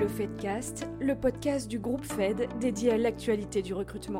Le Fedcast, le podcast du groupe Fed dédié à l'actualité du recrutement.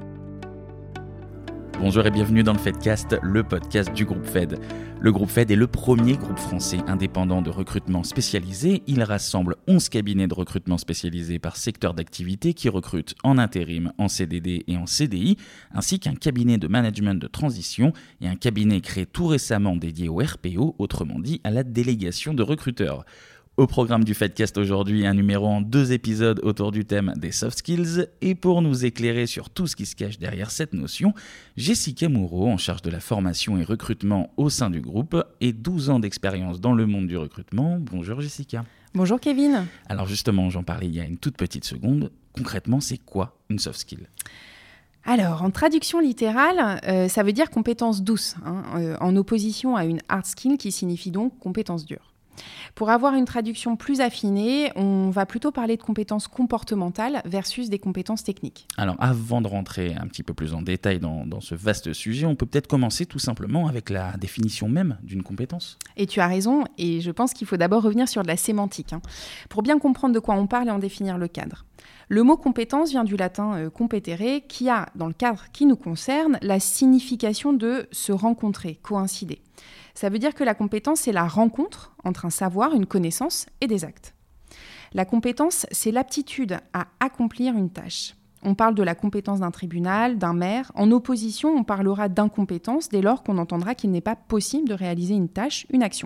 Bonjour et bienvenue dans le Fedcast, le podcast du groupe Fed. Le groupe Fed est le premier groupe français indépendant de recrutement spécialisé. Il rassemble 11 cabinets de recrutement spécialisés par secteur d'activité qui recrutent en intérim, en CDD et en CDI, ainsi qu'un cabinet de management de transition et un cabinet créé tout récemment dédié au RPO, autrement dit à la délégation de recruteurs. Au programme du Fedcast aujourd'hui, un numéro en 2 épisodes autour du thème des soft skills. Et pour nous éclairer sur tout ce qui se cache derrière cette notion, Jessica Moureau, en charge de la formation et recrutement au sein du groupe, et 12 ans d'expérience dans le monde du recrutement. Bonjour Jessica. Bonjour Kevin. Alors justement, j'en parlais il y a une toute petite seconde. Concrètement, c'est quoi une soft skill ? Alors, en traduction littérale, ça veut dire compétence douce, en opposition à une hard skill qui signifie donc compétence dure. Pour avoir une traduction plus affinée, on va plutôt parler de compétences comportementales versus des compétences techniques. Alors, avant de rentrer un petit peu plus en détail dans ce vaste sujet, on peut peut-être commencer tout simplement avec la définition même d'une compétence. Et tu as raison, et je pense qu'il faut d'abord revenir sur de la sémantique, pour bien comprendre de quoi on parle et en définir le cadre. Le mot compétence vient du latin competere, qui a, dans le cadre qui nous concerne, la signification de se rencontrer, coïncider. Ça veut dire que la compétence, c'est la rencontre entre un savoir, une connaissance et des actes. La compétence, c'est l'aptitude à accomplir une tâche. On parle de la compétence d'un tribunal, d'un maire. En opposition, on parlera d'incompétence dès lors qu'on entendra qu'il n'est pas possible de réaliser une tâche, une action.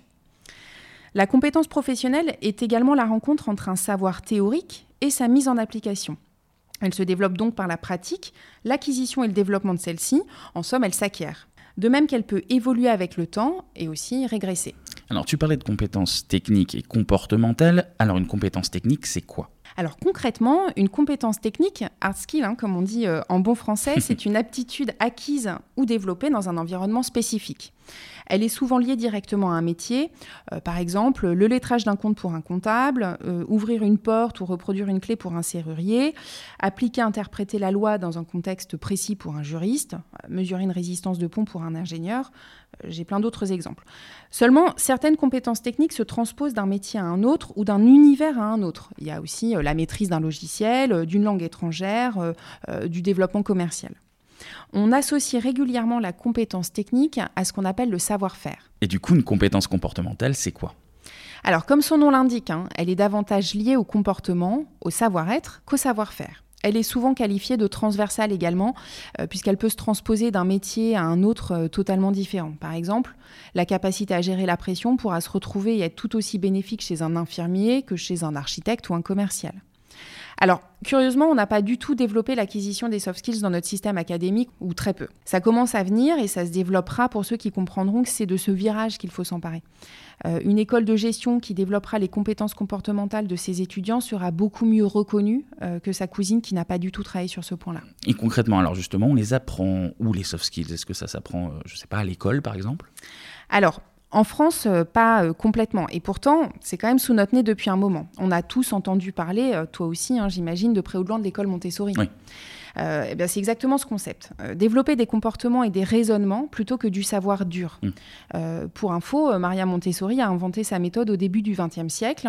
La compétence professionnelle est également la rencontre entre un savoir théorique et sa mise en application. Elle se développe donc par la pratique, l'acquisition et le développement de celle-ci. En somme, elle s'acquiert. De même qu'elle peut évoluer avec le temps et aussi régresser. Alors, tu parlais de compétences techniques et comportementales. Alors, une compétence technique, c'est quoi ? Alors concrètement, une compétence technique, hard skill, comme on dit en bon français, c'est une aptitude acquise ou développée dans un environnement spécifique. Elle est souvent liée directement à un métier, par exemple le lettrage d'un compte pour un comptable, ouvrir une porte ou reproduire une clé pour un serrurier, appliquer, interpréter la loi dans un contexte précis pour un juriste, mesurer une résistance de pont pour un ingénieur. J'ai plein d'autres exemples. Seulement, certaines compétences techniques se transposent d'un métier à un autre ou d'un univers à un autre. Il y a aussi la maîtrise d'un logiciel, d'une langue étrangère, du développement commercial. On associe régulièrement la compétence technique à ce qu'on appelle le savoir-faire. Et du coup, une compétence comportementale, c'est quoi ? Alors, comme son nom l'indique, elle est davantage liée au comportement, au savoir-être qu'au savoir-faire. Elle est souvent qualifiée de transversale également, puisqu'elle peut se transposer d'un métier à un autre totalement différent. Par exemple, la capacité à gérer la pression pourra se retrouver et être tout aussi bénéfique chez un infirmier que chez un architecte ou un commercial. Alors, curieusement, on n'a pas du tout développé l'acquisition des soft skills dans notre système académique, ou très peu. Ça commence à venir et ça se développera pour ceux qui comprendront que c'est de ce virage qu'il faut s'emparer. Une école de gestion qui développera les compétences comportementales de ses étudiants sera beaucoup mieux reconnue que sa cousine qui n'a pas du tout travaillé sur ce point-là. Et concrètement, alors justement, on les apprend où les soft skills ? Est-ce que ça s'apprend, à l'école par exemple ? Alors, en France, pas complètement. Et pourtant, c'est quand même sous notre nez depuis un moment. On a tous entendu parler, toi aussi, j'imagine, de près ou de loin de l'école Montessori. Oui. C'est exactement ce concept. Développer des comportements et des raisonnements plutôt que du savoir dur. Pour info, Maria Montessori a inventé sa méthode au début du XXe siècle.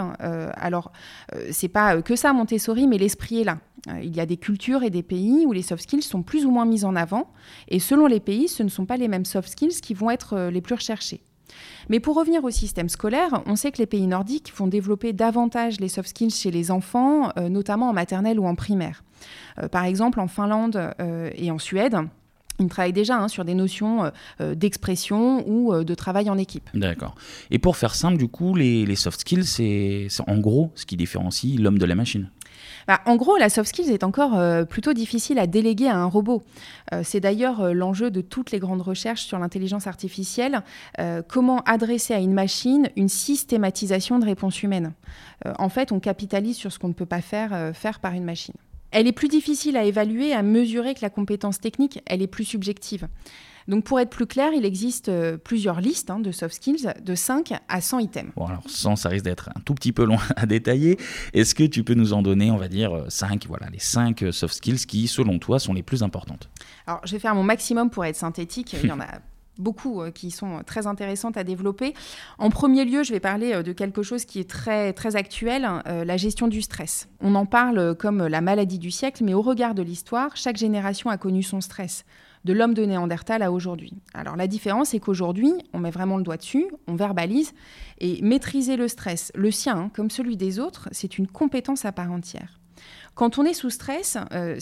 C'est pas que ça Montessori, mais l'esprit est là. Il y a des cultures et des pays où les soft skills sont plus ou moins mis en avant. Et selon les pays, ce ne sont pas les mêmes soft skills qui vont être les plus recherchés. Mais pour revenir au système scolaire, on sait que les pays nordiques vont développer davantage les soft skills chez les enfants, notamment en maternelle ou en primaire. Par exemple, en Finlande et en Suède, ils travaillent déjà sur des notions d'expression ou de travail en équipe. D'accord. Et pour faire simple, du coup, les soft skills, c'est en gros ce qui différencie l'homme de la machine. En gros, la soft skills est encore plutôt difficile à déléguer à un robot. C'est d'ailleurs l'enjeu de toutes les grandes recherches sur l'intelligence artificielle. Comment adresser à une machine une systématisation de réponses humaines ? En fait, on capitalise sur ce qu'on ne peut pas faire par une machine. Elle est plus difficile à évaluer, à mesurer que la compétence technique, elle est plus subjective. Donc pour être plus clair, il existe plusieurs listes de soft skills de 5 à 100 items. Bon, alors 100, ça risque d'être un tout petit peu long à détailler. Est-ce que tu peux nous en donner, on va dire, 5, les 5 soft skills qui, selon toi, sont les plus importantes ? Alors je vais faire mon maximum pour être synthétique. Il y en a beaucoup qui sont très intéressantes à développer. En premier lieu, je vais parler de quelque chose qui est très, très actuel, la gestion du stress. On en parle comme la maladie du siècle, mais au regard de l'histoire, chaque génération a connu son stress, de l'homme de Néandertal à aujourd'hui. Alors la différence, c'est qu'aujourd'hui, on met vraiment le doigt dessus, on verbalise, et maîtriser le stress, le sien comme celui des autres, c'est une compétence à part entière. Quand on est sous stress,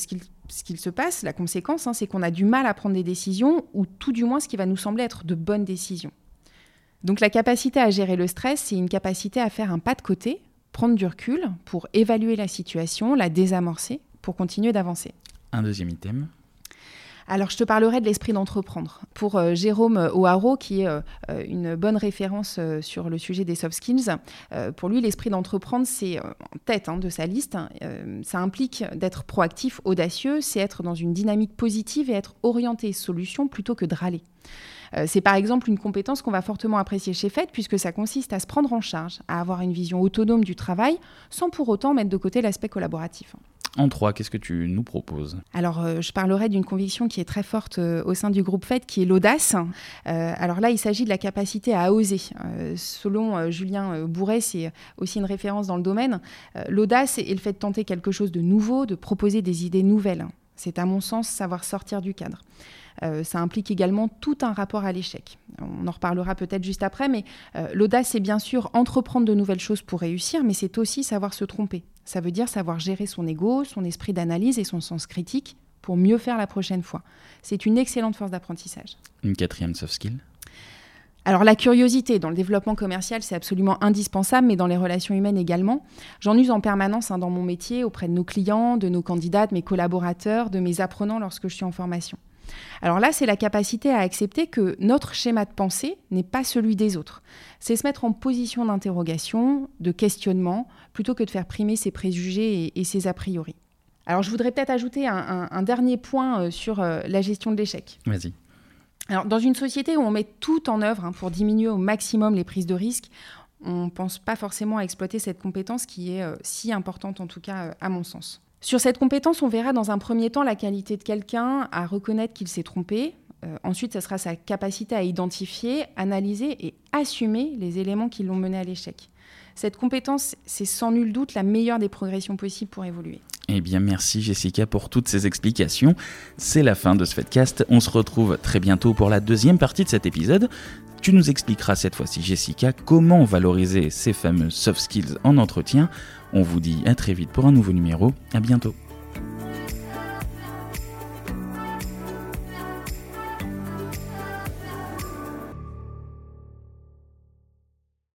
ce qu'il se passe, la conséquence, c'est qu'on a du mal à prendre des décisions, ou tout du moins ce qui va nous sembler être de bonnes décisions. Donc la capacité à gérer le stress, c'est une capacité à faire un pas de côté, prendre du recul pour évaluer la situation, la désamorcer, pour continuer d'avancer. Un deuxième item. Alors, je te parlerai de l'esprit d'entreprendre. Pour Jérôme O'Haraud, qui est une bonne référence sur le sujet des soft skills, pour lui, l'esprit d'entreprendre, c'est en tête de sa liste. Ça implique d'être proactif, audacieux, c'est être dans une dynamique positive et être orienté solution plutôt que de râler. C'est par exemple une compétence qu'on va fortement apprécier chez FED, puisque ça consiste à se prendre en charge, à avoir une vision autonome du travail, sans pour autant mettre de côté l'aspect collaboratif. En 3, qu'est-ce que tu nous proposes ? Alors, je parlerai d'une conviction qui est très forte au sein du groupe FED, qui est l'audace. Alors là, il s'agit de la capacité à oser. Selon Julien Bourret, c'est aussi une référence dans le domaine. L'audace est le fait de tenter quelque chose de nouveau, de proposer des idées nouvelles. C'est à mon sens savoir sortir du cadre. Ça implique également tout un rapport à l'échec. On en reparlera peut-être juste après, mais l'audace, c'est bien sûr entreprendre de nouvelles choses pour réussir, mais c'est aussi savoir se tromper. Ça veut dire savoir gérer son ego, son esprit d'analyse et son sens critique pour mieux faire la prochaine fois. C'est une excellente force d'apprentissage. Une 4e soft skill ? Alors la curiosité dans le développement commercial, c'est absolument indispensable, mais dans les relations humaines également. J'en use en permanence dans mon métier, auprès de nos clients, de nos candidats, de mes collaborateurs, de mes apprenants lorsque je suis en formation. Alors là, c'est la capacité à accepter que notre schéma de pensée n'est pas celui des autres. C'est se mettre en position d'interrogation, de questionnement, plutôt que de faire primer ses préjugés et ses a priori. Alors je voudrais peut-être ajouter un dernier point sur la gestion de l'échec. Vas-y. Alors, dans une société où on met tout en œuvre pour diminuer au maximum les prises de risques, on ne pense pas forcément à exploiter cette compétence qui est si importante, en tout cas à mon sens. Sur cette compétence, on verra dans un premier temps la qualité de quelqu'un à reconnaître qu'il s'est trompé. Ensuite, ce sera sa capacité à identifier, analyser et assumer les éléments qui l'ont mené à l'échec. Cette compétence, c'est sans nul doute la meilleure des progressions possibles pour évoluer. Eh bien, merci Jessica pour toutes ces explications. C'est la fin de ce Fedcast. On se retrouve très bientôt pour la deuxième partie de cet épisode. Tu nous expliqueras cette fois-ci, Jessica, comment valoriser ces fameux soft skills en entretien. On vous dit à très vite pour un nouveau numéro. À bientôt.